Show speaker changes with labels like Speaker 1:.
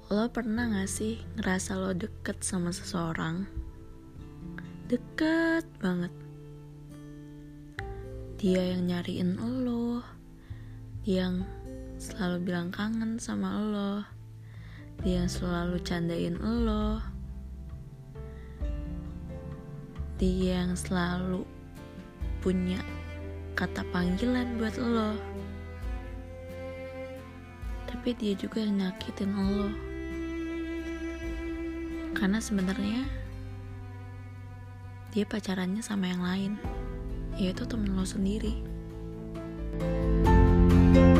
Speaker 1: Lo pernah gak sih ngerasa lo deket sama seseorang? Deket banget. Dia yang nyariin lo, dia yang selalu bilang kangen sama lo, dia yang selalu candain lo, dia yang selalu punya kata panggilan buat lo. Tapi dia juga yang nyakitin lo. Karena sebenarnya dia pacarannya sama yang lain, yaitu temen lo sendiri.